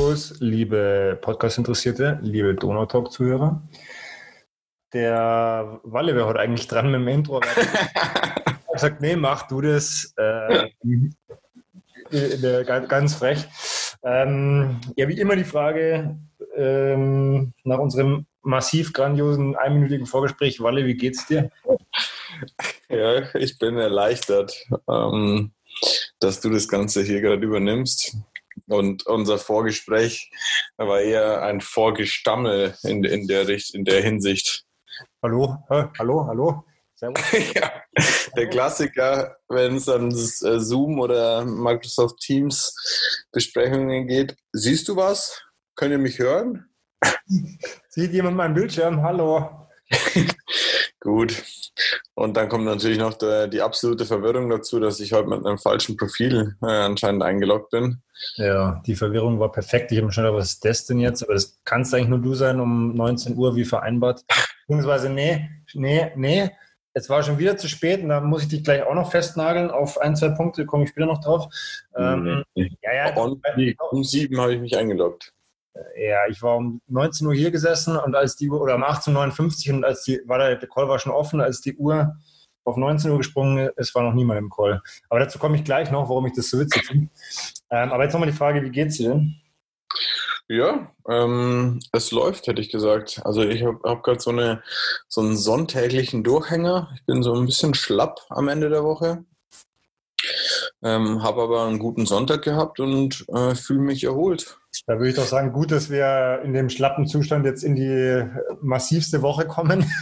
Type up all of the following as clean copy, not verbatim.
Servus, liebe Podcast-Interessierte, liebe Donautalk-Zuhörer. Der Walle wäre heute eigentlich dran mit dem Intro, aber er hat gesagt, nee, mach du das. Ganz frech. Ja, wie immer die Frage nach unserem massiv grandiosen, einminütigen Vorgespräch. Walle, wie geht's dir? Ja, ich bin erleichtert, dass du das Ganze hier gerade übernimmst. Und unser Vorgespräch war eher ein Vorgestammel in der Hinsicht. Hallo? Hallo? Servus. Ja, der Klassiker, wenn es an Zoom oder Microsoft Teams Besprechungen geht. Siehst du was? Könnt ihr mich hören? Sieht jemand meinen Bildschirm? Hallo. Gut. Und dann kommt natürlich noch die absolute Verwirrung dazu, dass ich heute mit einem falschen Profil anscheinend eingeloggt bin. Ja, die Verwirrung war perfekt. Ich habe mir schon gedacht, was ist das denn jetzt? Aber das kann es eigentlich nur du sein um 19 Uhr wie vereinbart. Beziehungsweise nee. Es war schon wieder zu spät und da muss ich dich gleich auch noch festnageln auf 1-2 Punkte, komme ich später noch drauf. Und um 7 habe ich mich eingeloggt. Ja, ich war um 19 Uhr hier gesessen und als die Uhr, oder um 18.59 Uhr und der Call war schon offen, als die Uhr auf 19 Uhr gesprungen ist, war noch niemand im Call. Aber dazu komme ich gleich noch, warum ich das so witzig finde. Aber jetzt nochmal die Frage, wie geht's dir denn? Ja, es läuft, hätte ich gesagt. Also ich hab gerade so einen sonntäglichen Durchhänger. Ich bin so ein bisschen schlapp am Ende der Woche. Habe aber einen guten Sonntag gehabt und fühle mich erholt. Da würde ich doch sagen, gut, dass wir in dem schlappen Zustand jetzt in die massivste Woche kommen.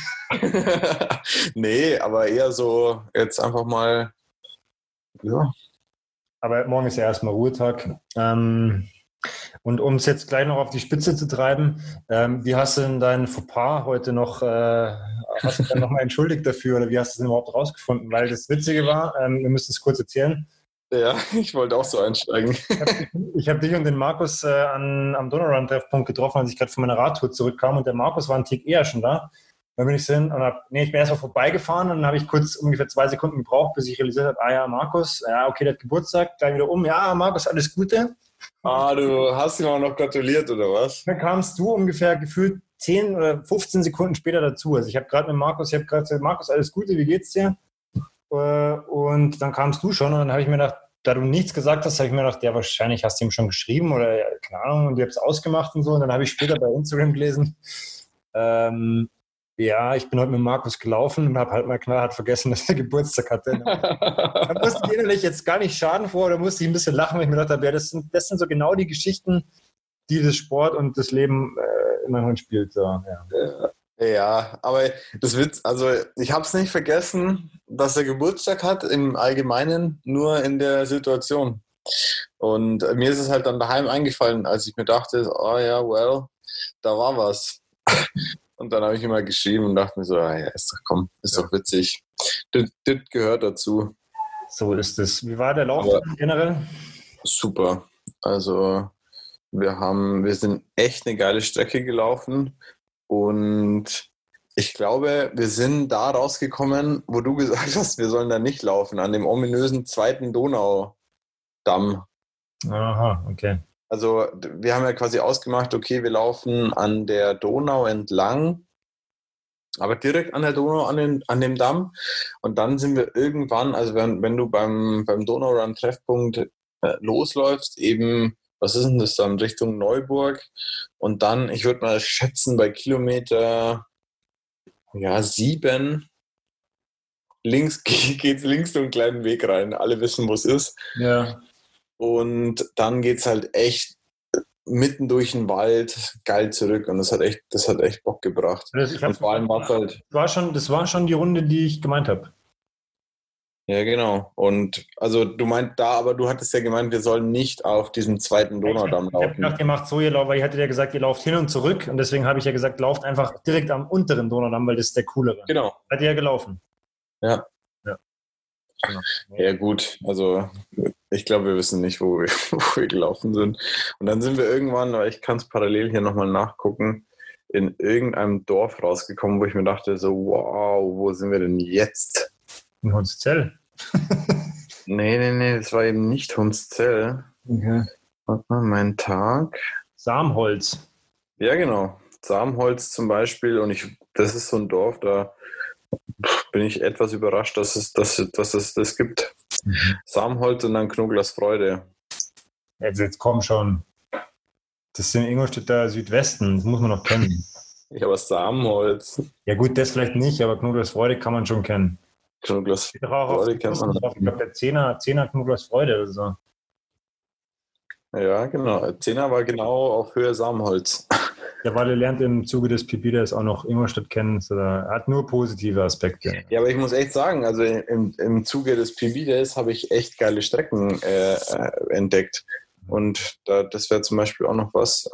Nee, aber eher so jetzt einfach mal, ja. Aber morgen ist ja erstmal Ruhetag. Und um es jetzt gleich noch auf die Spitze zu treiben, wie hast du denn deinen Fauxpas heute noch, hast du dann nochmal entschuldigt dafür oder wie hast du es denn überhaupt rausgefunden? Weil das Witzige war, wir müssen es kurz erzählen. Ja, ich wollte auch so einsteigen. Ich hab dich und den Markus am Donauran-Treffpunkt getroffen, als ich gerade von meiner Radtour zurückkam und der Markus war einen Tick eher schon da. Dann bin ich hin und ich bin erstmal vorbeigefahren und dann habe ich kurz ungefähr 2 Sekunden gebraucht, bis ich realisiert habe, ja, Markus, ja, okay, der hat Geburtstag, gleich wieder ja, Markus, alles Gute. Du hast ihm auch noch gratuliert, oder was? Dann kamst du ungefähr gefühlt 10 oder 15 Sekunden später dazu. Also ich habe gerade mit Markus, gesagt, Markus, alles Gute, wie geht's dir? Und dann kamst du schon und dann habe ich mir gedacht, da du nichts gesagt hast, habe ich mir gedacht, ja, wahrscheinlich hast du ihm schon geschrieben oder keine Ahnung und ihr habt es ausgemacht und so. Und dann habe ich später bei Instagram gelesen, ja, ich bin heute mit Markus gelaufen und habe halt mal knallhart vergessen, dass er Geburtstag hatte. Da musste ich innerlich jetzt gar nicht schaden vor, da musste ich ein bisschen lachen, weil ich mir gedacht habe, ja, das sind so genau die Geschichten, die das Sport und das Leben immer noch spielt. So, ja. Ja, aber das Witz, also ich habe es nicht vergessen, dass er Geburtstag hat im Allgemeinen, nur in der Situation. Und mir ist es halt dann daheim eingefallen, als ich mir dachte, oh ja, well, da war was. Und dann habe ich ihm mal geschrieben und dachte mir so, ja, ist doch witzig. Das gehört dazu. So ist es. Wie war der Lauf generell? Super. Also wir sind echt eine geile Strecke gelaufen. Und ich glaube, wir sind da rausgekommen, wo du gesagt hast, wir sollen da nicht laufen, an dem ominösen 2. Donaudamm. Aha, okay. Also wir haben ja quasi ausgemacht, okay, wir laufen an der Donau entlang, aber direkt an der Donau, an dem Damm. Und dann sind wir irgendwann, also wenn du beim Donauran-Treffpunkt losläufst, eben, was ist denn das dann, Richtung Neuburg und dann, ich würde mal schätzen, bei Kilometer 7 geht's links so einen kleinen Weg rein. Alle wissen, wo es ist. Ja. Und dann geht's halt echt mitten durch den Wald geil zurück und das hat echt Bock gebracht. Und vor allem war es halt. Das war schon die Runde, die ich gemeint habe. Ja, genau. Und also aber du hattest ja gemeint, wir sollen nicht auf diesem 2. Donaudamm laufen. Ich habe gedacht, ihr macht so, weil ich hatte ja gesagt, ihr lauft hin und zurück und deswegen habe ich ja gesagt, lauft einfach direkt am unteren Donaudamm, weil das ist der coolere. Genau. Seid ihr ja gelaufen. Ja. Genau. Ja gut, also ich glaube, wir wissen nicht, wo wir gelaufen sind. Und dann sind wir irgendwann, aber ich kann es parallel hier nochmal nachgucken, in irgendeinem Dorf rausgekommen, wo ich mir dachte, so wow, wo sind wir denn jetzt? In Hunszell. Nee, das war eben nicht Hunszell. Okay. Warte mal, mein Tag. Samholz. Ja, genau. Samholz zum Beispiel. Und das ist so ein Dorf, da bin ich etwas überrascht, dass es das gibt. Samholz und dann Knoglersfreude. Jetzt komm schon. Das ist in Ingolstädter Südwesten, das muss man noch kennen. Ja, aber Samholz. Ja gut, das vielleicht nicht, aber Knoglersfreude kann man schon kennen. Knoglersfreude kennt man. Ich glaube, der Zehner Knoglersfreude oder so. Ja, genau. Zehner war genau auf Höhe Samholz. Ja, weil er lernt im Zuge des Pipides auch noch Ingolstadt kennen. Er hat nur positive Aspekte. Ja, aber ich muss echt sagen, also im Zuge des Pipides habe ich echt geile Strecken entdeckt. Und das wäre zum Beispiel auch noch was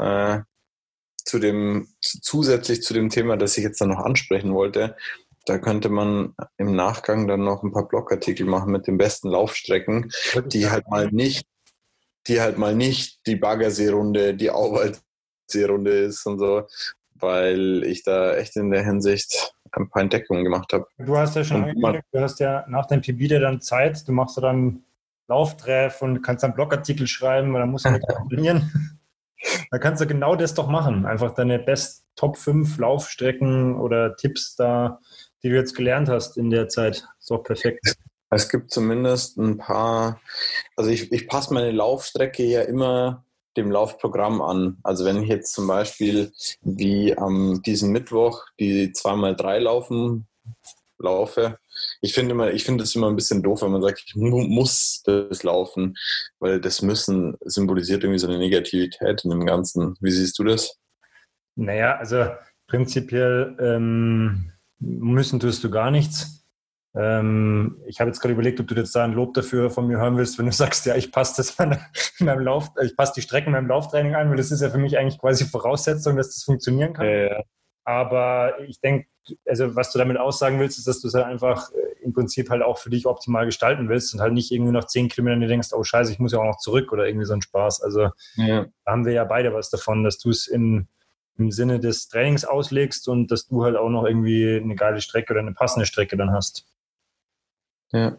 zusätzlich zu dem Thema, das ich jetzt dann noch ansprechen wollte. Da könnte man im Nachgang dann noch ein paar Blogartikel machen mit den besten Laufstrecken, die halt mal nicht die Baggersee-Runde, die Auwald-See-Runde ist und so, weil ich da echt in der Hinsicht ein paar Entdeckungen gemacht habe. Du hast ja schon angekündigt, du hast ja nach deinem Pibide dann Zeit, du machst ja dann Lauftreff und kannst dann Blogartikel schreiben und dann musst du nicht trainieren. Da kannst du genau das doch machen. Einfach deine Best Top 5 Laufstrecken oder Tipps da, die du jetzt gelernt hast in der Zeit. Ist doch perfekt. Es gibt zumindest ein paar, also ich passe meine Laufstrecke ja immer dem Laufprogramm an. Also wenn ich jetzt zum Beispiel wie am diesen Mittwoch die 2x3 laufe, ich finde es immer ein bisschen doof, wenn man sagt, ich muss das laufen, weil das Müssen symbolisiert irgendwie so eine Negativität in dem Ganzen. Wie siehst du das? Naja, also prinzipiell müssen tust du gar nichts. Ich habe jetzt gerade überlegt, ob du jetzt da ein Lob dafür von mir hören willst, wenn du sagst, ja, ich passe die Strecken in meinem Lauftraining ein, weil das ist ja für mich eigentlich quasi Voraussetzung, dass das funktionieren kann. Ja. Aber ich denke, also was du damit aussagen willst, ist, dass du es halt einfach im Prinzip halt auch für dich optimal gestalten willst und halt nicht irgendwie nach 10 Kilometern dir denkst, oh Scheiße, ich muss ja auch noch zurück oder irgendwie so ein Spaß. Also da haben wir ja beide was davon, dass du es im Sinne des Trainings auslegst und dass du halt auch noch irgendwie eine geile Strecke oder eine passende Strecke dann hast. Ja.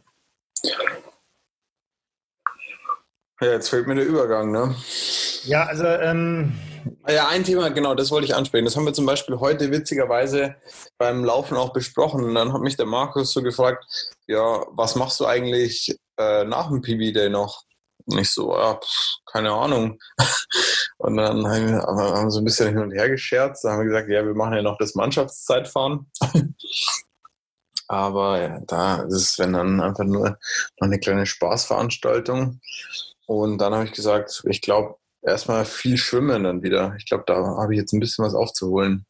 Ja, jetzt fehlt mir der Übergang, ne? Ja, also ja, ein Thema, genau, das wollte ich ansprechen. Das haben wir zum Beispiel heute witzigerweise beim Laufen auch besprochen. Und dann hat mich der Markus so gefragt, ja, was machst du eigentlich nach dem PB-Day noch? Und ich so, ja, keine Ahnung. Und dann haben wir so ein bisschen hin und her gescherzt. Dann haben wir gesagt, ja, wir machen ja noch das Mannschaftszeitfahren. Aber ja, da ist es, wenn dann einfach nur noch eine kleine Spaßveranstaltung. Und dann habe ich gesagt, ich glaube, erstmal viel Schwimmen dann wieder. Ich glaube, da habe ich jetzt ein bisschen was aufzuholen.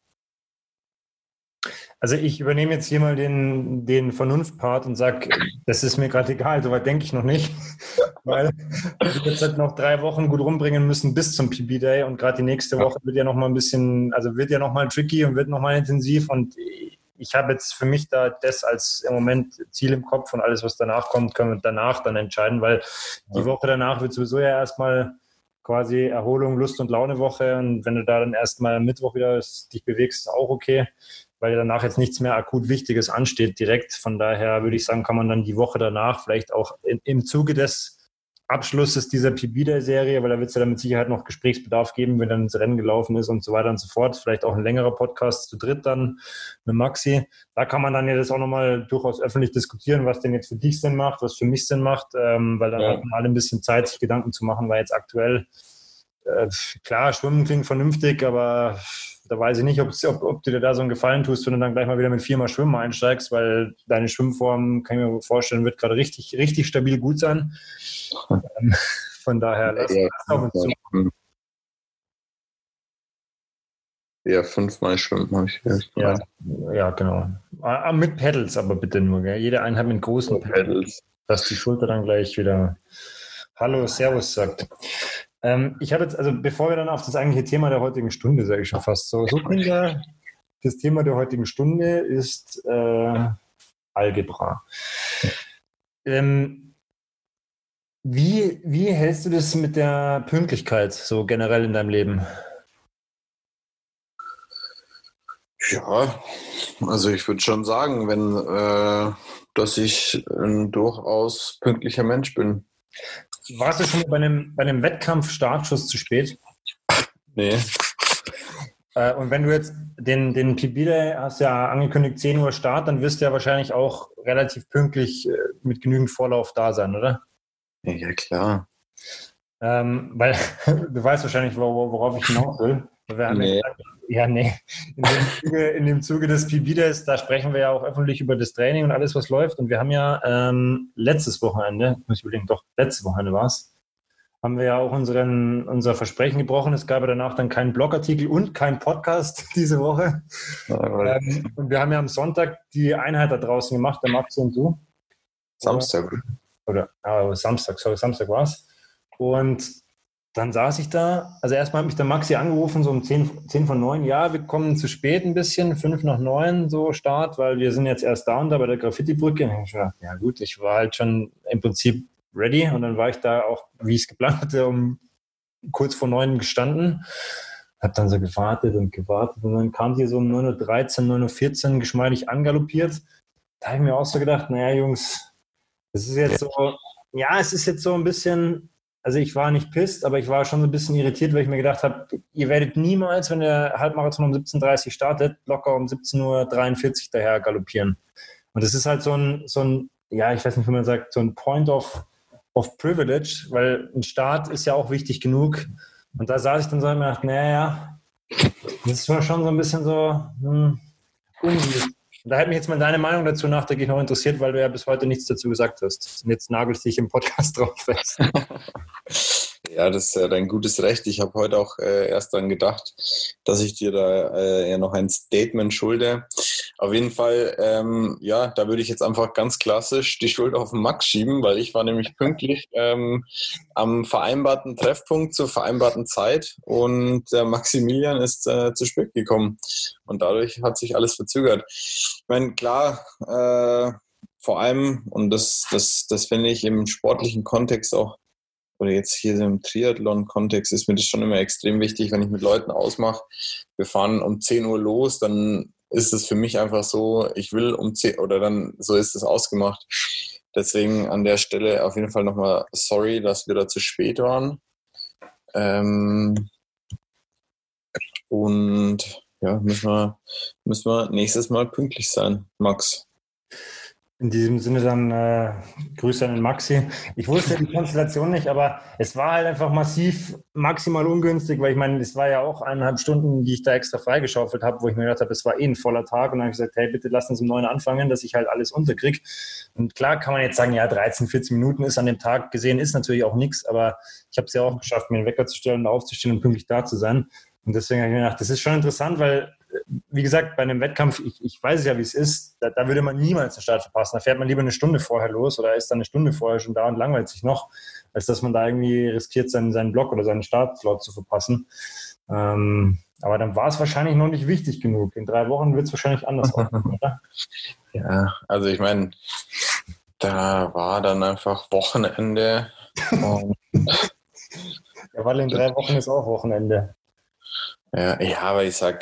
Also ich übernehme jetzt hier mal den Vernunftpart und sage, das ist mir gerade egal, soweit denke ich noch nicht. Weil wir jetzt halt noch 3 Wochen gut rumbringen müssen bis zum PB-Day und gerade die nächste Woche wird ja noch mal ein bisschen, also wird ja noch mal tricky und wird noch mal intensiv und ich habe jetzt für mich da das als im Moment Ziel im Kopf und alles, was danach kommt, können wir danach dann entscheiden, weil die Woche danach wird sowieso ja erstmal quasi Erholung, Lust- und Laune-Woche und wenn du da dann erstmal am Mittwoch wieder dich bewegst, ist auch okay, weil danach jetzt nichts mehr akut Wichtiges ansteht direkt. Von daher würde ich sagen, kann man dann die Woche danach vielleicht auch im Zuge des Abschlusses dieser PB-Day-Serie, weil da wird es ja dann mit Sicherheit noch Gesprächsbedarf geben, wenn dann das Rennen gelaufen ist und so weiter und so fort. Vielleicht auch ein längerer Podcast zu dritt dann mit Maxi. Da kann man dann ja das auch nochmal durchaus öffentlich diskutieren, was denn jetzt für dich Sinn macht, was für mich Sinn macht, weil dann hat man alle ein bisschen Zeit, sich Gedanken zu machen, weil jetzt aktuell, klar, Schwimmen klingt vernünftig, aber da weiß ich nicht, ob du dir da so einen Gefallen tust, wenn du dann gleich mal wieder mit 4-mal Schwimmen einsteigst, weil deine Schwimmform, kann ich mir vorstellen, wird gerade richtig, richtig stabil gut sein. Von daher lass auf uns zu. Ja, 5-mal Schwimmen habe ich gemeint. Ja, genau. Mit Pedals aber bitte nur, gell? Jede Einheit mit großen Pedals. Dass die Schulter dann gleich wieder Hallo, Servus sagt. Ich habe jetzt, also bevor wir dann auf das eigentliche Thema der heutigen Stunde, sage ich schon fast so, Kinder, das Thema der heutigen Stunde ist Algebra. Wie hältst du das mit der Pünktlichkeit so generell in deinem Leben? Ja, also ich würde schon sagen, dass ich ein durchaus pünktlicher Mensch bin. Warst du schon bei einem Wettkampf Startschuss zu spät? Nee. Und wenn du jetzt den PB-Day hast ja angekündigt, 10 Uhr Start, dann wirst du ja wahrscheinlich auch relativ pünktlich mit genügend Vorlauf da sein, oder? Ja, klar. Weil du weißt wahrscheinlich, worauf ich hinaus will. Wir haben Nee. ja gesagt, ja, nee. In dem Zuge des PB-Days, da sprechen wir ja auch öffentlich über das Training und alles, was läuft. Und wir haben ja letztes Wochenende war es, haben wir ja auch unser Versprechen gebrochen. Es gab ja danach dann keinen Blogartikel und keinen Podcast diese Woche. Und wir haben ja am Sonntag die Einheit da draußen gemacht, der Maxi und du. Samstag. Samstag war es. Und dann saß ich da, also erstmal hat mich der Maxi angerufen, so um 10 von 9, ja, wir kommen zu spät ein bisschen, 5 nach 9 so Start, weil wir sind jetzt erst da und da bei der Graffiti-Brücke. Und ich dachte, ja gut, ich war halt schon im Prinzip ready und dann war ich da auch, wie ich es geplant hatte, um kurz vor 9 gestanden, hab dann so gewartet und dann kam die so um 9.13 Uhr, 9.14 Uhr geschmeidig angaloppiert. Da habe ich mir auch so gedacht, naja Jungs, das ist jetzt so, ja, es ist jetzt so ein bisschen, also ich war nicht pisst, aber ich war schon so ein bisschen irritiert, weil ich mir gedacht habe, ihr werdet niemals, wenn der Halbmarathon um 17.30 Uhr startet, locker um 17.43 Uhr daher galoppieren. Und das ist halt so ein, ja, ich weiß nicht, wie man sagt, so ein Point of Privilege, weil ein Start ist ja auch wichtig genug. Und da saß ich dann so und mir gedacht, naja, das ist schon so ein bisschen so ungewiss. Da hätte mich jetzt mal deine Meinung dazu nachträglich noch interessiert, weil du ja bis heute nichts dazu gesagt hast. Und jetzt nagelst du dich im Podcast drauf fest. Ja, das ist ja dein gutes Recht. Ich habe heute auch erst dann gedacht, dass ich dir da ja noch ein Statement schulde. Auf jeden Fall, ja, da würde ich jetzt einfach ganz klassisch die Schuld auf den Max schieben, weil ich war nämlich pünktlich am vereinbarten Treffpunkt zur vereinbarten Zeit und der Maximilian ist zu spät gekommen und dadurch hat sich alles verzögert. Ich meine, klar, vor allem, und das finde ich im sportlichen Kontext auch, oder jetzt hier im Triathlon-Kontext ist mir das schon immer extrem wichtig, wenn ich mit Leuten ausmache, wir fahren um 10 Uhr los, dann ist es für mich einfach so, ich will um 10 oder dann so ist es ausgemacht. Deswegen an der Stelle auf jeden Fall nochmal sorry, dass wir da zu spät waren. Und ja, müssen wir nächstes Mal pünktlich sein, Max. In diesem Sinne dann Grüße an den Maxi. Ich wusste die Konstellation nicht, aber es war halt einfach maximal ungünstig, weil ich meine, es war ja auch 1,5 Stunden, die ich da extra freigeschaufelt habe, wo ich mir gedacht habe, es war ein voller Tag und dann habe ich gesagt, hey, bitte lass uns um 9 anfangen, dass ich halt alles unterkriege. Und klar kann man jetzt sagen, ja, 13, 14 Minuten ist an dem Tag gesehen, ist natürlich auch nichts, aber ich habe es ja auch geschafft, mir den Wecker zu stellen und aufzustehen und pünktlich da zu sein. Und deswegen habe ich mir gedacht, das ist schon interessant, weil wie gesagt, bei einem Wettkampf, ich weiß ja, wie es ist, da würde man niemals den Start verpassen. Da fährt man lieber eine Stunde vorher los oder ist dann eine Stunde vorher schon da und langweilt sich noch, als dass man da irgendwie riskiert, seinen Block oder seinen Startslot zu verpassen. Aber dann war es wahrscheinlich noch nicht wichtig genug. In 3 Wochen wird es wahrscheinlich anders aussehen, oder? Ja, also ich meine, da war dann einfach Wochenende. Ja, weil in 3 Wochen ist auch Wochenende. Ja, aber ich sag,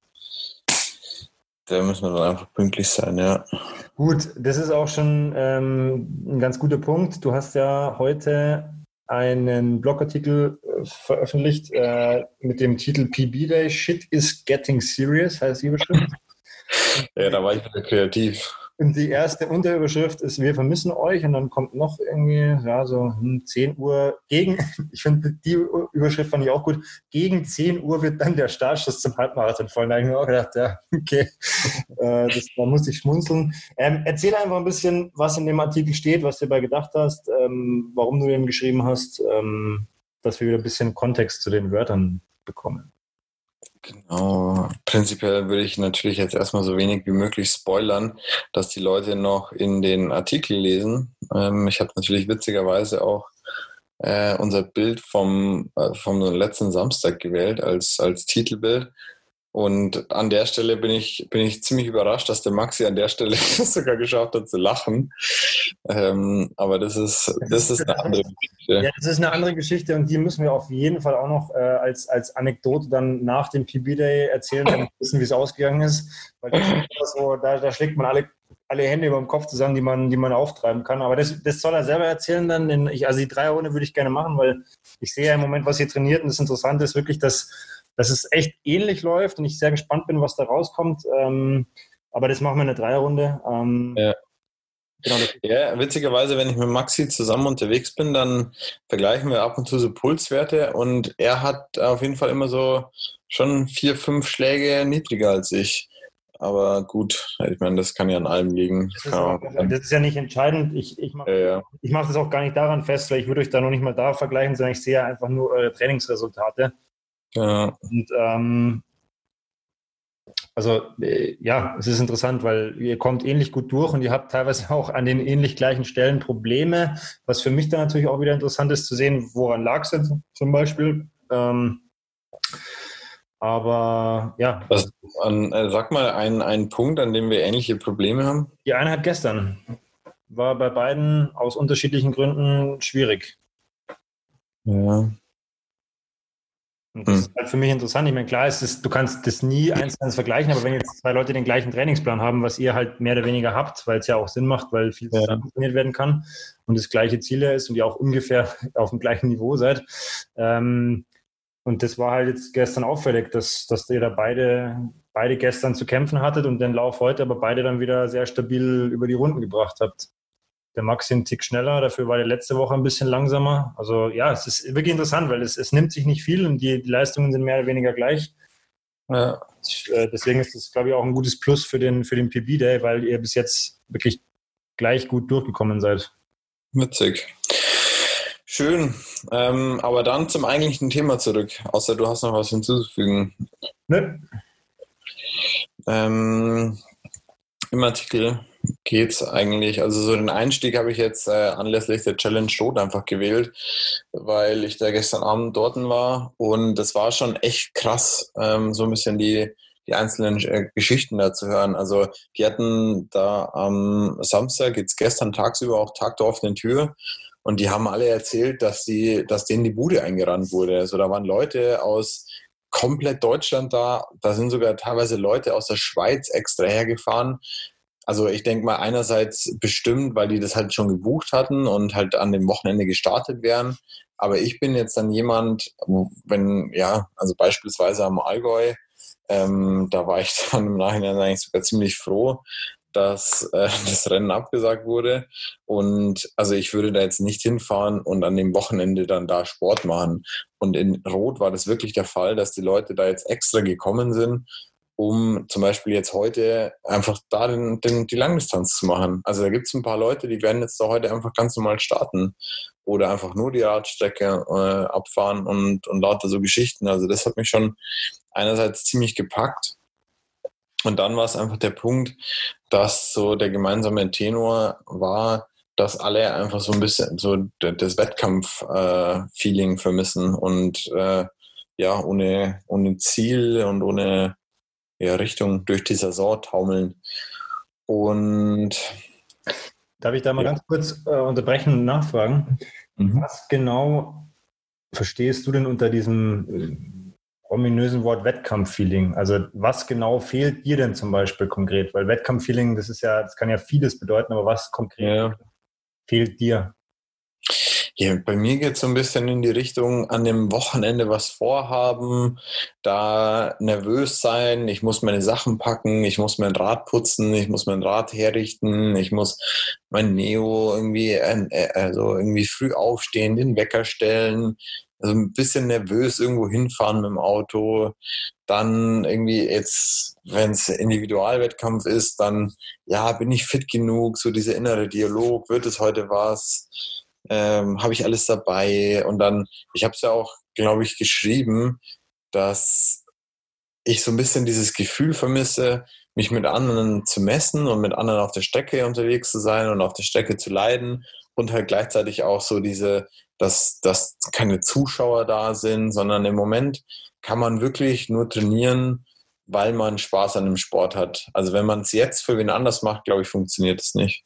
da müssen wir dann einfach pünktlich sein, ja. Gut, das ist auch schon ein ganz guter Punkt. Du hast ja heute einen Blogartikel veröffentlicht mit dem Titel PB Day, Shit is Getting Serious, heißt die Überschrift. Ja, da war ich wieder kreativ. Und die erste Unterüberschrift ist, wir vermissen euch. Und dann kommt noch irgendwie, ja, so 10 Uhr ich finde die Überschrift fand ich auch gut, gegen 10 Uhr wird dann der Startschuss zum Halbmarathon fallen. Da habe ich mir auch gedacht, ja, okay, da muss ich schmunzeln. Erzähl einfach ein bisschen, was in dem Artikel steht, was du dabei gedacht hast, warum du den geschrieben hast, dass wir wieder ein bisschen Kontext zu den Wörtern bekommen. Genau. Prinzipiell würde ich natürlich jetzt erstmal so wenig wie möglich spoilern, dass die Leute noch in den Artikel lesen. Ich habe natürlich witzigerweise auch unser Bild vom letzten Samstag gewählt als Titelbild. Und an der Stelle bin ich ziemlich überrascht, dass der Maxi an der Stelle sogar geschafft hat zu lachen. Aber das ist eine andere Geschichte. Ja, das ist eine andere Geschichte und die müssen wir auf jeden Fall auch noch als Anekdote dann nach dem PB Day erzählen, damit wir wissen, wie es ausgegangen ist. Weil das ist so, da schlägt man alle Hände über dem Kopf zusammen, die man auftreiben kann. Aber das soll er selber erzählen dann. Also die 3er-Runde würde ich gerne machen, weil ich sehe ja im Moment, was ihr trainiert und das Interessante ist wirklich, dass dass es echt ähnlich läuft und ich sehr gespannt bin, was da rauskommt. Aber das machen wir in der Dreierrunde. Ja. Genau. Ja, witzigerweise, wenn ich mit Maxi zusammen unterwegs bin, dann vergleichen wir ab und zu so Pulswerte und er hat auf jeden Fall immer so schon 4, 5 Schläge niedriger als ich. Aber gut, ich meine, das kann ja an allem liegen. Das ist ja nicht entscheidend. Ich mache mach das auch gar nicht daran fest, weil ich würde euch da noch nicht mal da vergleichen, sondern ich sehe ja einfach nur eure Trainingsresultate. Ja. Und es ist interessant, weil ihr kommt ähnlich gut durch und ihr habt teilweise auch an den ähnlich gleichen Stellen Probleme, was für mich dann natürlich auch wieder interessant ist zu sehen, woran lag es jetzt zum Beispiel. Aber ja. Sag mal einen Punkt, an dem wir ähnliche Probleme haben. Die Einheit gestern war bei beiden aus unterschiedlichen Gründen schwierig. Ja. Und das ist halt für mich interessant. Ich meine, klar, du kannst das nie eins zu eins vergleichen, aber wenn jetzt zwei Leute den gleichen Trainingsplan haben, was ihr halt mehr oder weniger habt, weil es ja auch Sinn macht, weil viel zusammen trainiert werden kann und das gleiche Ziel ist und ihr auch ungefähr auf dem gleichen Niveau seid. Und das war halt jetzt gestern auffällig, dass ihr da beide gestern zu kämpfen hattet und den Lauf heute aber beide dann wieder sehr stabil über die Runden gebracht habt. Der Maxi einen Tick schneller, dafür war der letzte Woche ein bisschen langsamer. Also ja, es ist wirklich interessant, weil es nimmt sich nicht viel und die Leistungen sind mehr oder weniger gleich. Ja. Deswegen ist das, glaube ich, auch ein gutes Plus für den PB Day, weil ihr bis jetzt wirklich gleich gut durchgekommen seid. Witzig. Schön. Aber dann zum eigentlichen Thema zurück, außer du hast noch was hinzuzufügen. Nö. Im Artikel geht's eigentlich, also so den Einstieg habe ich jetzt anlässlich der Challenge Rot einfach gewählt, weil ich da gestern Abend dort war und das war schon echt krass, so ein bisschen die einzelnen Geschichten da zu hören. Also die hatten da am Samstag, jetzt gestern tagsüber auch Tag der offenen Tür und die haben alle erzählt, dass denen die Bude eingerannt wurde. Also da waren Leute aus komplett Deutschland da sind sogar teilweise Leute aus der Schweiz extra hergefahren. Also ich denke mal einerseits bestimmt, weil die das halt schon gebucht hatten und halt an dem Wochenende gestartet wären. Aber ich bin jetzt dann jemand, also beispielsweise am Allgäu, da war ich dann im Nachhinein eigentlich sogar ziemlich froh, dass das Rennen abgesagt wurde. Und also ich würde da jetzt nicht hinfahren und an dem Wochenende dann da Sport machen. Und in Rot war das wirklich der Fall, dass die Leute da jetzt extra gekommen sind, um zum Beispiel jetzt heute einfach da die Langdistanz zu machen. Also da gibt es ein paar Leute, die werden jetzt da heute einfach ganz normal starten oder einfach nur die Radstrecke abfahren und lauter so Geschichten. Also das hat mich schon einerseits ziemlich gepackt. Und dann war es einfach der Punkt, dass so der gemeinsame Tenor war, dass alle einfach so ein bisschen so das Wettkampf-Feeling vermissen und ohne Ziel und ohne Richtung durch die Saison taumeln. Und darf ich da mal ganz kurz unterbrechen und nachfragen? Was genau verstehst du denn unter diesem ominösen Wort Wettkampffeeling? Also was genau fehlt dir denn zum Beispiel konkret? Weil Wettkampffeeling, das kann ja vieles bedeuten, aber was konkret fehlt dir? Ja, bei mir geht es so ein bisschen in die Richtung, an dem Wochenende was vorhaben, da nervös sein, ich muss meine Sachen packen, ich muss mein Rad putzen, ich muss mein Rad herrichten, ich muss mein Neo irgendwie früh aufstehen, den Wecker stellen, also ein bisschen nervös irgendwo hinfahren mit dem Auto, dann irgendwie jetzt, wenn es Individualwettkampf ist, dann bin ich fit genug, so dieser innere Dialog, wird es heute was? Habe ich alles dabei und dann, ich habe es ja auch, glaube ich, geschrieben, dass ich so ein bisschen dieses Gefühl vermisse, mich mit anderen zu messen und mit anderen auf der Strecke unterwegs zu sein und auf der Strecke zu leiden und halt gleichzeitig auch so dass keine Zuschauer da sind, sondern im Moment kann man wirklich nur trainieren, weil man Spaß an dem Sport hat. Also wenn man es jetzt für wen anders macht, glaube ich, funktioniert es nicht.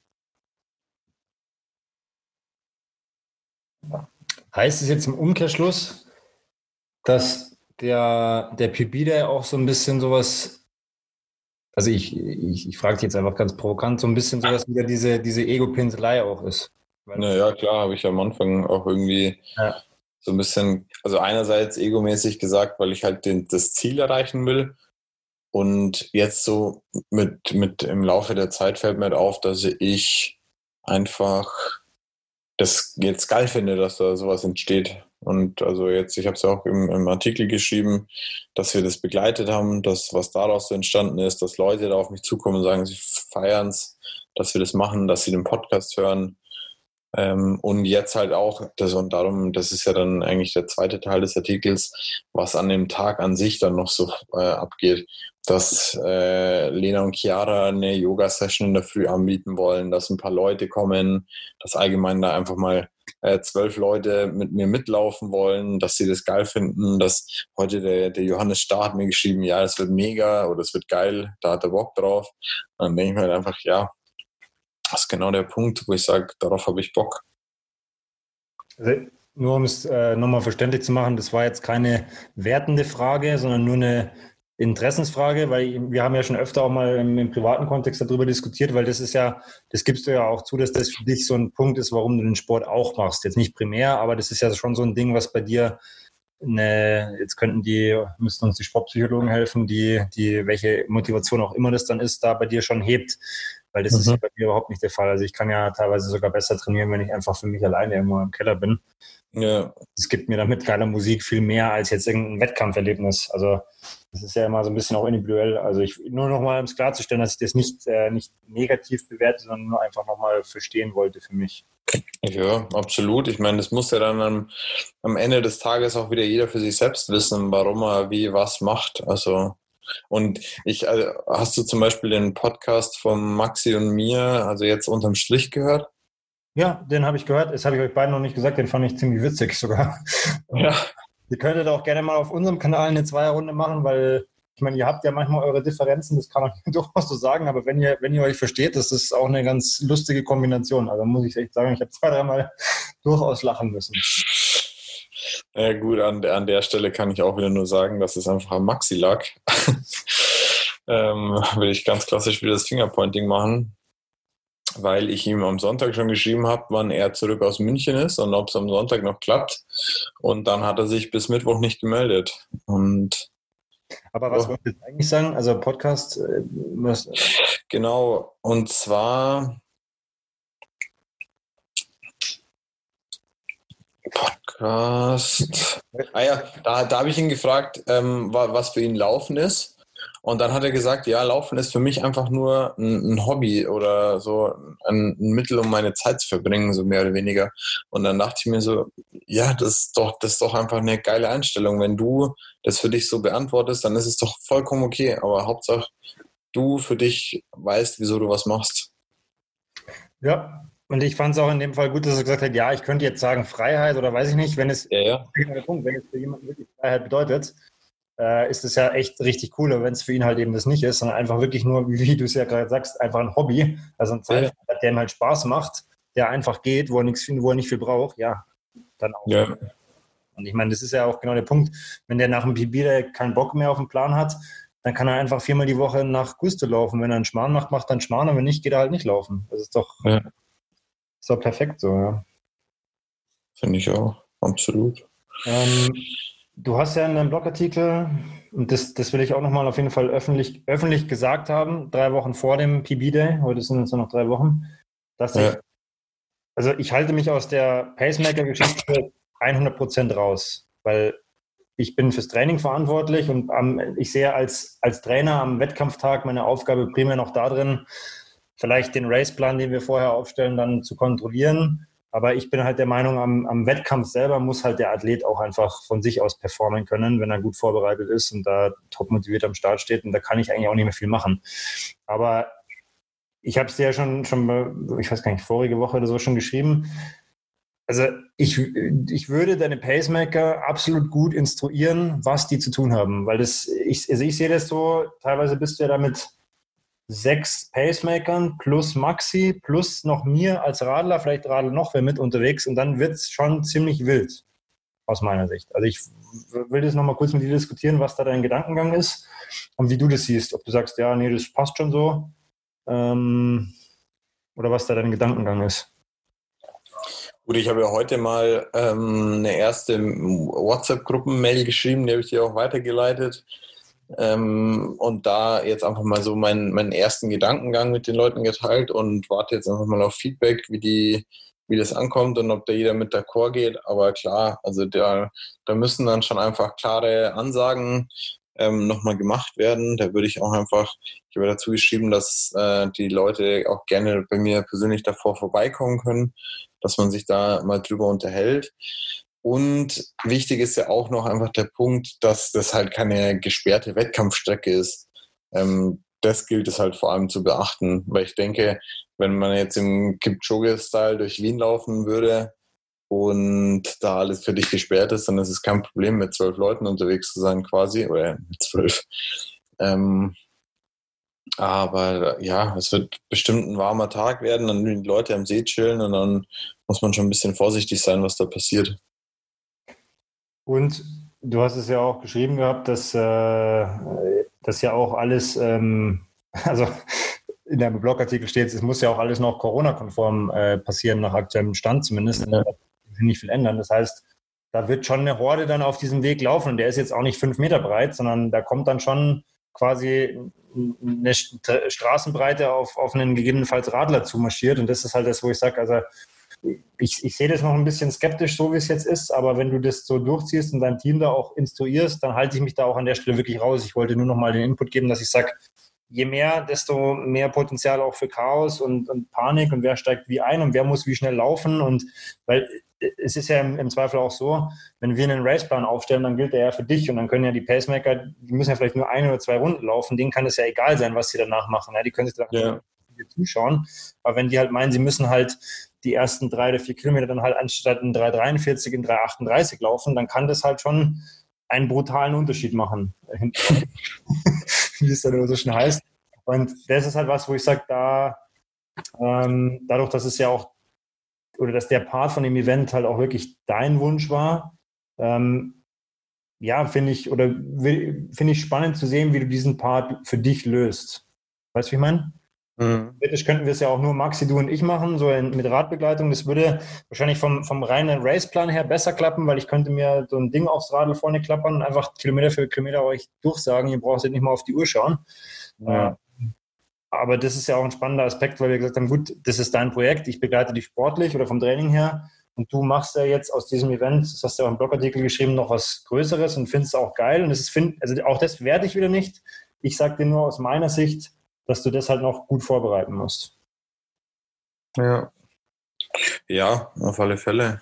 Heißt es jetzt im Umkehrschluss, dass der PB Day auch so ein bisschen sowas, also ich frage dich jetzt einfach ganz provokant, so ein bisschen sowas wieder diese Ego-Pinselei auch ist? Naja, klar, habe ich am Anfang auch irgendwie so ein bisschen, also einerseits egomäßig gesagt, weil ich halt das Ziel erreichen will. Und jetzt so mit im Laufe der Zeit fällt mir halt auf, dass ich einfach das jetzt geil finde, dass da sowas entsteht. Und also jetzt, ich habe es ja auch im Artikel geschrieben, dass wir das begleitet haben, dass was daraus so entstanden ist, dass Leute da auf mich zukommen und sagen, sie feiern es, dass wir das machen, dass sie den Podcast hören. Und jetzt halt auch, das ist ja dann eigentlich der zweite Teil des Artikels, was an dem Tag an sich dann noch so abgeht, dass Lena und Chiara eine Yoga-Session in der Früh anbieten wollen, dass ein paar Leute kommen, dass allgemein da einfach mal 12 Leute mit mir mitlaufen wollen, dass sie das geil finden, dass heute der Johannes Starr hat mir geschrieben, ja, das wird mega oder es wird geil, da hat er Bock drauf. Und dann denke ich mir halt einfach, ja, das ist genau der Punkt, wo ich sage, darauf habe ich Bock. Also, nur um es nochmal verständlich zu machen, das war jetzt keine wertende Frage, sondern nur eine Interessensfrage, weil wir haben ja schon öfter auch mal im privaten Kontext darüber diskutiert, weil das ist ja, das gibst du ja auch zu, dass das für dich so ein Punkt ist, warum du den Sport auch machst. Jetzt nicht primär, aber das ist ja schon so ein Ding, was bei dir müssten uns die Sportpsychologen helfen, welche Motivation auch immer das dann ist, da bei dir schon hebt. Weil das ist ja bei mir überhaupt nicht der Fall. Also ich kann ja teilweise sogar besser trainieren, wenn ich einfach für mich alleine irgendwo im Keller bin. Ja. Es gibt mir damit geiler Musik viel mehr als jetzt irgendein Wettkampferlebnis. Also das ist ja immer so ein bisschen auch individuell. Also nur nochmal, um es klarzustellen, dass ich das nicht negativ bewerte, sondern nur einfach nochmal verstehen wollte für mich. Ja, absolut. Ich meine, das muss ja dann am Ende des Tages auch wieder jeder für sich selbst wissen, warum er wie was macht. Also und hast du zum Beispiel den Podcast von Maxi und mir, also jetzt unterm Strich gehört? Ja, den habe ich gehört. Das habe ich euch beiden noch nicht gesagt. Den fand ich ziemlich witzig sogar. Ja. Ihr könntet auch gerne mal auf unserem Kanal eine Zweierrunde machen, weil ich meine, ihr habt ja manchmal eure Differenzen, das kann man durchaus so sagen, aber wenn ihr euch versteht, das ist auch eine ganz lustige Kombination. Also muss ich echt sagen, ich habe 2-3 Mal durchaus lachen müssen. Ja gut, an der Stelle kann ich auch wieder nur sagen, dass es einfach am Maxi lag. Will ich ganz klassisch wieder das Fingerpointing machen, weil ich ihm am Sonntag schon geschrieben habe, wann er zurück aus München ist und ob es am Sonntag noch klappt. Und dann hat er sich bis Mittwoch nicht gemeldet. Aber was wolltest du eigentlich sagen? Also Podcast? Genau, und zwar Podcast. Da habe ich ihn gefragt, was für ihn Laufen ist. Und dann hat er gesagt, ja, Laufen ist für mich einfach nur ein Hobby oder so ein Mittel, um meine Zeit zu verbringen, so mehr oder weniger. Und dann dachte ich mir so, ja, das ist doch einfach eine geile Einstellung. Wenn du das für dich so beantwortest, dann ist es doch vollkommen okay. Aber Hauptsache, du für dich weißt, wieso du was machst. Ja, und ich fand es auch in dem Fall gut, dass er gesagt hat, ja, ich könnte jetzt sagen Freiheit oder weiß ich nicht, wenn es für jemanden wirklich Freiheit bedeutet, ist es ja echt richtig cool, aber wenn es für ihn halt eben das nicht ist, sondern einfach wirklich nur, wie du es ja gerade sagst, einfach ein Hobby, also ein Zeitvertreib, der ihm halt Spaß macht, der einfach geht, wo er nichts findet, wo er nicht viel braucht, ja, dann auch. Ja. Und ich meine, das ist ja auch genau der Punkt, wenn der nach dem PB keinen Bock mehr auf den Plan hat, dann kann er einfach 4-mal die Woche nach Gusto laufen. Wenn er einen Schmarrn macht, macht er einen Schmarrn, und wenn nicht, geht er halt nicht laufen. Das ist doch, ist doch perfekt so, ja. Finde ich auch, absolut. Du hast ja in deinem Blogartikel, und das will ich auch nochmal auf jeden Fall öffentlich gesagt haben, 3 Wochen vor dem PB-Day, heute sind es nur noch 3 Wochen, dass ich halte mich aus der Pacemaker-Geschichte 100% raus, weil ich bin fürs Training verantwortlich und ich sehe als Trainer am Wettkampftag meine Aufgabe primär noch darin, vielleicht den Raceplan, den wir vorher aufstellen, dann zu kontrollieren. Aber ich bin halt der Meinung, am Wettkampf selber muss halt der Athlet auch einfach von sich aus performen können, wenn er gut vorbereitet ist und da top motiviert am Start steht. Und da kann ich eigentlich auch nicht mehr viel machen. Aber ich habe es dir ja schon, ich weiß gar nicht, vorige Woche oder so schon geschrieben. Also ich würde deine Pacemaker absolut gut instruieren, was die zu tun haben. Weil ich sehe das so, teilweise bist du ja damit 6 Pacemakern plus Maxi plus noch mir als Radler, vielleicht Radler noch wer mit unterwegs, und dann wird es schon ziemlich wild, aus meiner Sicht. Also ich will das nochmal kurz mit dir diskutieren, was da dein Gedankengang ist und wie du das siehst. Ob du sagst, ja, nee, das passt schon so, oder was da dein Gedankengang ist. Gut, ich habe ja heute mal eine erste WhatsApp-Gruppen-Mail geschrieben, die habe ich dir auch weitergeleitet. Und da jetzt einfach mal so meinen ersten Gedankengang mit den Leuten geteilt und warte jetzt einfach mal auf Feedback, wie das ankommt und ob da jeder mit d'accord geht. Aber klar, also da müssen dann schon einfach klare Ansagen nochmal gemacht werden. Da würde ich auch einfach, ich habe dazu geschrieben, dass die Leute auch gerne bei mir persönlich davor vorbeikommen können, dass man sich da mal drüber unterhält. Und wichtig ist ja auch noch einfach der Punkt, dass das halt keine gesperrte Wettkampfstrecke ist. Das gilt es halt vor allem zu beachten, weil ich denke, wenn man jetzt im Kipchoge-Style durch Wien laufen würde und da alles für dich gesperrt ist, dann ist es kein Problem, mit 12 Leuten unterwegs zu sein quasi, oder mit 12. Aber ja, es wird bestimmt ein warmer Tag werden, dann die Leute am See chillen und dann muss man schon ein bisschen vorsichtig sein, was da passiert. Und du hast es ja auch geschrieben gehabt, dass das ja auch alles, also in deinem Blogartikel steht, es muss ja auch alles noch Corona-konform passieren, nach aktuellem Stand zumindest. Ja. Da wird sich nicht viel ändern. Das heißt, da wird schon eine Horde dann auf diesem Weg laufen. Und der ist jetzt auch nicht 5 Meter breit, sondern da kommt dann schon quasi eine Straßenbreite auf einen gegebenenfalls Radler zumarschiert. Und das ist halt das, wo ich sage, also ich sehe das noch ein bisschen skeptisch, so wie es jetzt ist, aber wenn du das so durchziehst und dein Team da auch instruierst, dann halte ich mich da auch an der Stelle wirklich raus. Ich wollte nur noch mal den Input geben, dass ich sage, je mehr, desto mehr Potenzial auch für Chaos und Panik und wer steigt wie ein und wer muss wie schnell laufen und weil es ist ja im Zweifel auch so, wenn wir einen Raceplan aufstellen, dann gilt der ja für dich und dann können ja die Pacemaker, die müssen ja vielleicht nur 1 oder 2 Runden laufen, denen kann es ja egal sein, was sie danach machen. Ja, die können sich dann zuschauen, aber wenn die halt meinen, sie müssen halt die ersten 3 oder 4 Kilometer dann halt anstatt in 3,43 in 3,38 laufen, dann kann das halt schon einen brutalen Unterschied machen. Wie es dann immer so schön heißt. Und das ist halt was, wo ich sage, dadurch, dass es ja auch, oder dass der Part von dem Event halt auch wirklich dein Wunsch war, ja, finde ich spannend zu sehen, wie du diesen Part für dich löst. Weißt du, wie ich meine? Theoretisch könnten wir es ja auch nur Maxi, du und ich machen, so mit Radbegleitung. Das würde wahrscheinlich vom reinen Raceplan her besser klappen, weil ich könnte mir so ein Ding aufs Radl vorne klappern und einfach Kilometer für Kilometer euch durchsagen. Ihr braucht jetzt nicht mal auf die Uhr schauen. Ja. Aber das ist ja auch ein spannender Aspekt, weil wir gesagt haben, gut, das ist dein Projekt, ich begleite dich sportlich oder vom Training her und du machst ja jetzt aus diesem Event, das hast du ja auch im Blogartikel geschrieben, noch was Größeres und findest es auch geil. Und also auch das werte ich wieder nicht. Ich sage dir nur aus meiner Sicht, dass du das halt noch gut vorbereiten musst. Ja. Ja, auf alle Fälle.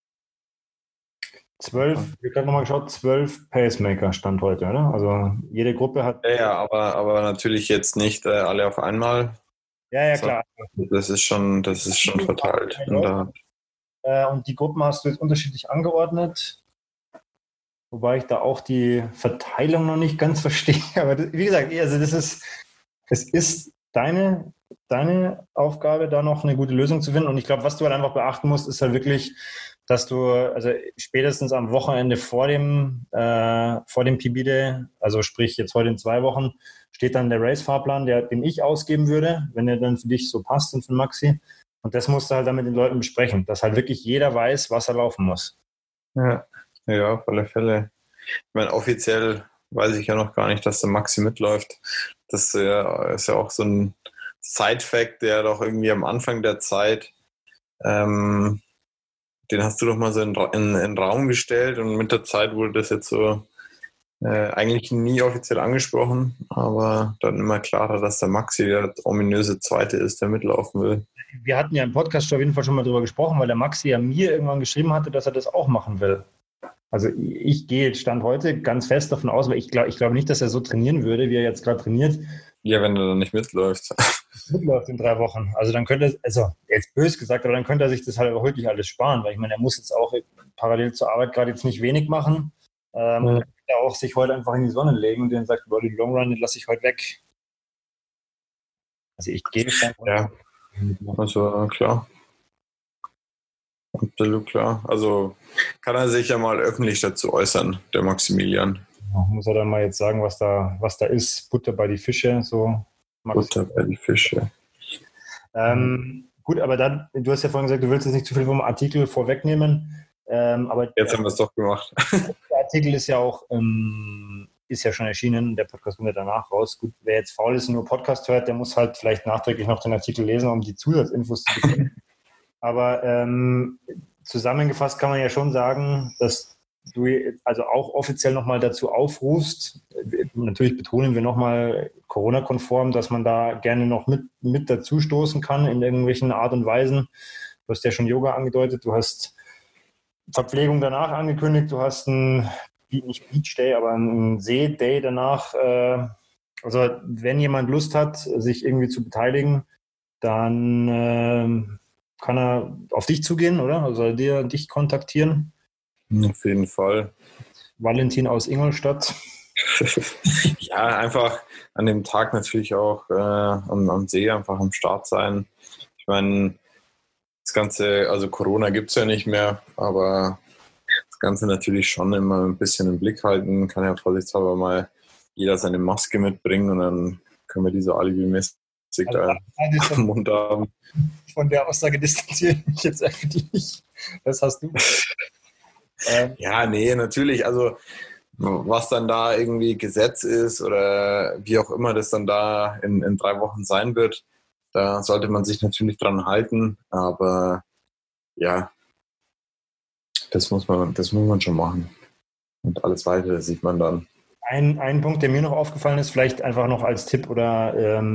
12, ich habe nochmal geschaut, 12 Pacemaker stand heute, oder? Also jede Gruppe hat... Ja, aber natürlich jetzt nicht alle auf einmal. Ja, klar. Das ist schon verteilt. Und die Gruppen hast du jetzt unterschiedlich angeordnet. Wobei ich da auch die Verteilung noch nicht ganz verstehe. Aber wie gesagt, also es ist deine Aufgabe, da noch eine gute Lösung zu finden. Und ich glaube, was du halt einfach beachten musst, ist halt wirklich, dass du, also spätestens am Wochenende vor dem PB Day, also sprich jetzt heute in 2 Wochen, steht dann der Race-Fahrplan, den ich ausgeben würde, wenn der dann für dich so passt und für Maxi. Und das musst du halt dann mit den Leuten besprechen, dass halt wirklich jeder weiß, was er laufen muss. Ja, auf alle Fälle. Ich meine, offiziell weiß ich ja noch gar nicht, dass der Maxi mitläuft. Das ist ja auch so ein Side-Fact, der doch irgendwie am Anfang der Zeit, den hast du doch mal so in den Raum gestellt und mit der Zeit wurde das jetzt so eigentlich nie offiziell angesprochen, aber dann immer klarer, dass der Maxi der ominöse Zweite ist, der mitlaufen will. Wir hatten ja im Podcast auf jeden Fall schon mal drüber gesprochen, weil der Maxi ja mir irgendwann geschrieben hatte, dass er das auch machen will. Also ich gehe Stand heute ganz fest davon aus, weil ich glaube nicht, dass er so trainieren würde, wie er jetzt gerade trainiert. Ja, wenn er dann nicht mitläuft. Mitläuft in 3 Wochen. Also dann könnte er, also jetzt böse gesagt, aber dann könnte er sich das halt auch wirklich alles sparen, weil ich meine, er muss jetzt auch parallel zur Arbeit gerade jetzt nicht wenig machen. Er auch sich heute einfach in die Sonne legen und dann sagt, über den Long Run, den lasse ich heute weg. Also ich gehe Stand heute. Ja, also klar. Absolut klar. Also kann er sich ja mal öffentlich dazu äußern, der Maximilian. Muss er dann mal jetzt sagen, was da ist. Butter bei die Fische, so. Butter bei die Fische. Gut, aber dann, du hast ja vorhin gesagt, du willst jetzt nicht zu viel vom Artikel vorwegnehmen. Aber Jetzt haben wir es doch gemacht. der Artikel ist ja auch ist ja schon erschienen, der Podcast kommt ja danach raus. Gut, wer jetzt faul ist und nur Podcast hört, der muss halt vielleicht nachträglich noch den Artikel lesen, um die Zusatzinfos zu bekommen. Aber zusammengefasst kann man ja schon sagen, dass du also auch offiziell nochmal dazu aufrufst, natürlich betonen wir nochmal Corona-konform, dass man da gerne noch mit dazu stoßen kann in irgendwelchen Art und Weisen. Du hast ja schon Yoga angedeutet, du hast Verpflegung danach angekündigt, du hast nicht Beach Day, aber einen See Day danach. Also wenn jemand Lust hat, sich irgendwie zu beteiligen, dann kann er auf dich zugehen, oder? Also soll der dich kontaktieren? Auf jeden Fall. Valentin aus Ingolstadt. Ja, einfach an dem Tag natürlich auch am See einfach am Start sein. Ich meine, das Ganze, also Corona gibt es ja nicht mehr, aber das Ganze natürlich schon immer ein bisschen im Blick halten. Kann ja vorsichtshalber mal jeder seine Maske mitbringen und dann können wir die so alibimäßig da am Mund haben. Von der Aussage distanziere ich mich jetzt einfach nicht. Das hast du. Ja, nee, natürlich. Also was dann da irgendwie Gesetz ist oder wie auch immer das dann da in 3 Wochen sein wird, da sollte man sich natürlich dran halten. Aber ja, das muss man schon machen. Und alles Weitere sieht man dann. Ein Punkt, der mir noch aufgefallen ist, vielleicht einfach noch als Tipp oder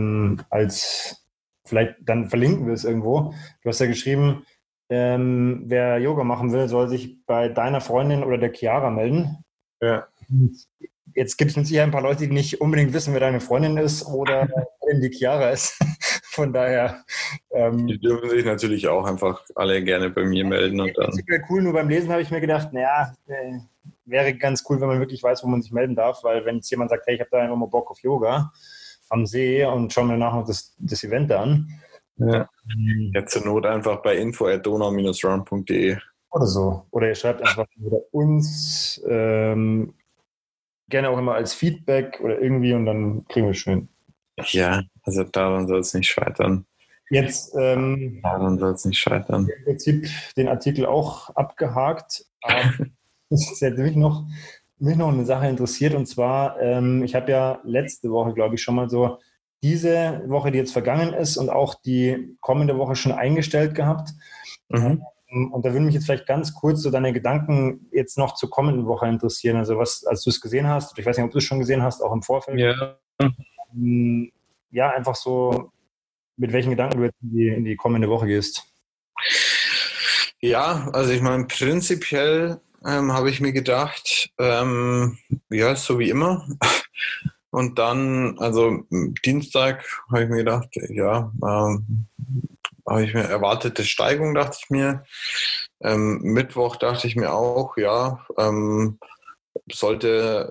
vielleicht dann verlinken wir es irgendwo. Du hast ja geschrieben, wer Yoga machen will, soll sich bei deiner Freundin oder der Chiara melden. Ja. Jetzt gibt es mit Sicherheit ein paar Leute, die nicht unbedingt wissen, wer deine Freundin ist oder wer die Chiara ist. Von daher. Die dürfen sich natürlich auch einfach alle gerne bei mir melden. Und dann. Das wäre cool, nur beim Lesen habe ich mir gedacht, naja, wäre ganz cool, wenn man wirklich weiß, wo man sich melden darf, weil wenn jetzt jemand sagt, hey, ich habe da einfach mal Bock auf Yoga am See und schau mir danach noch das Event an. Ja. Jetzt zur Not einfach bei info@donau-run.de oder so. Oder ihr schreibt einfach uns gerne auch immer als Feedback oder irgendwie und dann kriegen wir es schön. Ja, also daran soll es nicht scheitern. Jetzt daran soll es nicht scheitern. Im Prinzip den Artikel auch abgehakt. Aber es ist jetzt mich noch eine Sache interessiert und zwar, ich habe ja letzte Woche, glaube ich, schon mal so diese Woche, die jetzt vergangen ist und auch die kommende Woche schon eingestellt gehabt. Mhm. Und da würde mich jetzt vielleicht ganz kurz so deine Gedanken jetzt noch zur kommenden Woche interessieren. Also was, als du es gesehen hast, ich weiß nicht, ob du es schon gesehen hast, auch im Vorfeld. Ja. Ja, einfach so, mit welchen Gedanken du jetzt in die kommende Woche gehst. Ja, also ich meine, prinzipiell habe ich mir gedacht, ja, so wie immer. Und dann, also Dienstag habe ich mir gedacht, ja, habe ich mir erwartete Steigung, dachte ich mir. Mittwoch dachte ich mir auch, ja, sollte,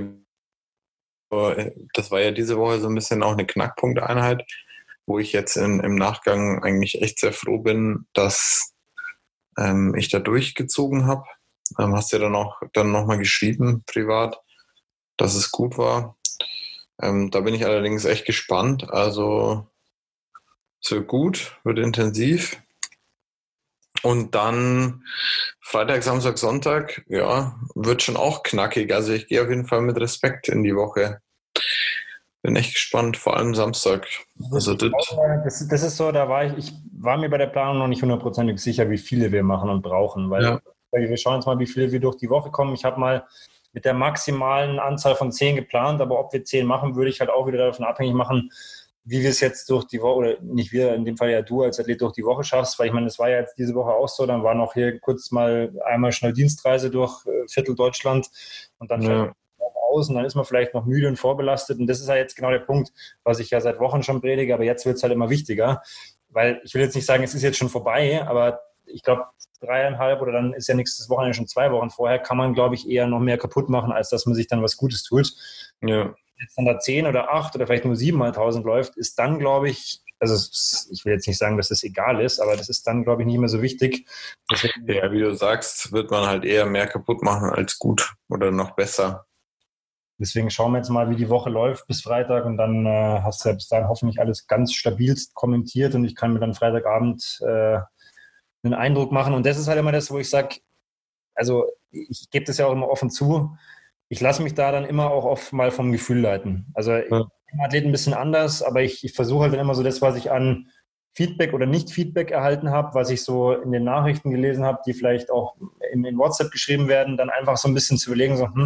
das war ja diese Woche so ein bisschen auch eine Knackpunkteinheit, wo ich jetzt im Nachgang eigentlich echt sehr froh bin, dass ich da durchgezogen habe. Hast ja dann noch mal geschrieben, privat, dass es gut war. Da bin ich allerdings echt gespannt. Also es wird gut, wird intensiv. Und dann Freitag, Samstag, Sonntag, ja, wird schon auch knackig. Also ich gehe auf jeden Fall mit Respekt in die Woche. Bin echt gespannt, vor allem Samstag. Also das ist so, ich war mir bei der Planung noch nicht hundertprozentig sicher, wie viele wir machen und brauchen, weil wir schauen jetzt mal, wie viele wir durch die Woche kommen. Ich habe mal mit der maximalen Anzahl von 10 geplant, aber ob wir 10 machen, würde ich halt auch wieder davon abhängig machen, wie wir es jetzt durch die Woche, oder nicht wir, in dem Fall ja du als Athlet durch die Woche schaffst, weil ich meine, das war ja jetzt diese Woche auch so, dann war noch hier kurz mal einmal schnell Dienstreise durch Viertel Deutschland und dann aus und dann ist man vielleicht noch müde und vorbelastet und das ist ja jetzt genau der Punkt, was ich ja seit Wochen schon predige, aber jetzt wird es halt immer wichtiger, weil ich will jetzt nicht sagen, es ist jetzt schon vorbei, aber ich glaube 3,5 oder dann ist ja nächstes Wochenende schon 2 Wochen vorher, kann man glaube ich eher noch mehr kaputt machen, als dass man sich dann was Gutes tut. Ja. Jetzt dann da 10 oder 8 oder vielleicht nur 7 mal 1000 läuft, ist dann glaube ich, also ich will jetzt nicht sagen, dass das egal ist, aber das ist dann glaube ich nicht mehr so wichtig. Deswegen, ja, wie du sagst, wird man halt eher mehr kaputt machen als gut oder noch besser. Deswegen schauen wir jetzt mal, wie die Woche läuft bis Freitag und dann hast du ja bis dahin hoffentlich alles ganz stabilst kommentiert und ich kann mir dann Freitagabend einen Eindruck machen. Und das ist halt immer das, wo ich sage, also ich gebe das ja auch immer offen zu, ich lasse mich da dann immer auch oft mal vom Gefühl leiten. Also ich bin Athlet ein bisschen anders, aber ich versuche halt dann immer so das, was ich an Feedback oder Nicht-Feedback erhalten habe, was ich so in den Nachrichten gelesen habe, die vielleicht auch in WhatsApp geschrieben werden, dann einfach so ein bisschen zu überlegen, so,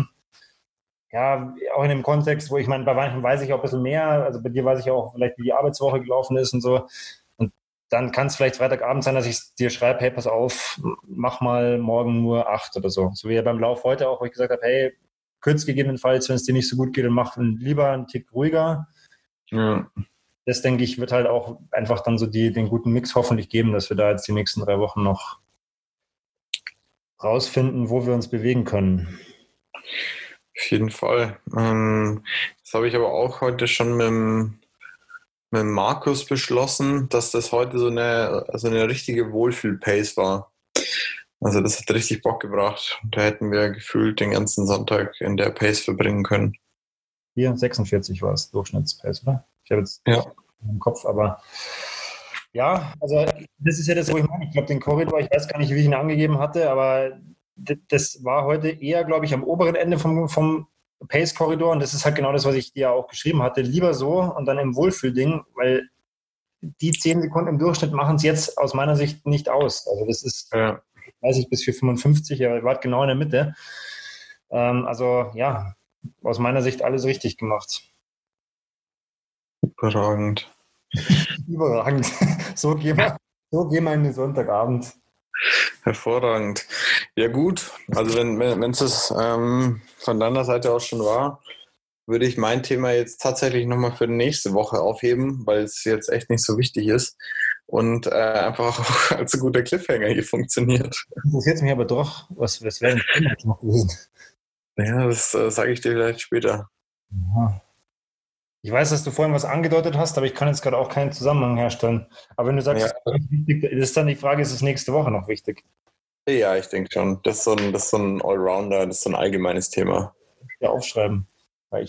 ja, auch in dem Kontext, wo ich meine, bei manchen weiß ich auch ein bisschen mehr, also bei dir weiß ich auch vielleicht, wie die Arbeitswoche gelaufen ist und so. Und dann kann es vielleicht Freitagabend sein, dass ich dir schreibe, hey, pass auf, mach mal morgen nur 8 oder so. So wie ja beim Lauf heute auch, wo ich gesagt habe, hey, kürz gegebenenfalls, wenn es dir nicht so gut geht, dann mach lieber einen Tick ruhiger. Ja. Das, denke ich, wird halt auch einfach dann so den guten Mix hoffentlich geben, dass wir da jetzt die nächsten 3 Wochen noch rausfinden, wo wir uns bewegen können. Auf jeden Fall. Das habe ich aber auch heute schon mit Markus beschlossen, dass das heute so eine richtige Wohlfühl-Pace war. Also das hat richtig Bock gebracht. Da hätten wir gefühlt den ganzen Sonntag in der Pace verbringen können. Hier 46 war es Durchschnittspace, oder? Ich habe jetzt im Kopf, aber ja, also das ist ja das, wo ich meine. Ich glaube, den Korridor, ich weiß gar nicht, wie ich ihn angegeben hatte, aber das war heute eher, glaube ich, am oberen Ende vom Pace-Korridor und das ist halt genau das, was ich dir auch geschrieben hatte. Lieber so und dann im Wohlfühlding, weil die 10 Sekunden im Durchschnitt machen es jetzt aus meiner Sicht nicht aus. Also das ist, weiß ich, bis 4,55, aber ihr wart genau in der Mitte. Also ja, aus meiner Sicht alles richtig gemacht. Überragend. Überragend. So gehen wir in den Sonntagabend. Hervorragend. Ja gut, also wenn es das von deiner Seite aus schon war, würde ich mein Thema jetzt tatsächlich nochmal für die nächste Woche aufheben, weil es jetzt echt nicht so wichtig ist und einfach auch als ein guter Cliffhanger hier funktioniert. Interessiert mich aber doch, was wäre denn Thema jetzt noch gewesen? Ja, das sage ich dir vielleicht später. Aha. Ich weiß, dass du vorhin was angedeutet hast, aber ich kann jetzt gerade auch keinen Zusammenhang herstellen. Aber wenn du sagst, das ist wichtig, ist dann die Frage, ist es nächste Woche noch wichtig? Ja, ich denke schon. Das ist so ein Allrounder, das ist so ein allgemeines Thema. Ja, aufschreiben. Weil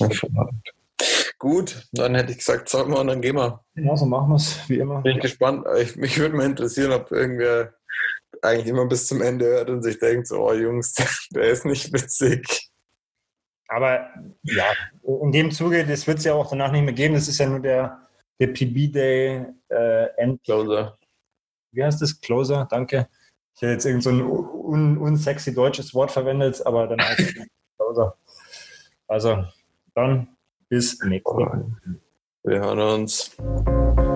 Gut, dann hätte ich gesagt, sag mal, und dann gehen wir. Genau, so machen wir es, wie immer. Bin ich gespannt. Mich würde mal interessieren, ob irgendwer eigentlich immer bis zum Ende hört und sich denkt, so, oh Jungs, der ist nicht witzig. Aber ja, in dem Zuge, das wird es ja auch danach nicht mehr geben. Das ist ja nur der PB-Day Closer. Wie heißt das? Closer, danke. Ich hätte jetzt irgend so ein unsexy deutsches Wort verwendet, aber dann heißt es Closer. Also, dann bis nächste Woche. Wir hören uns.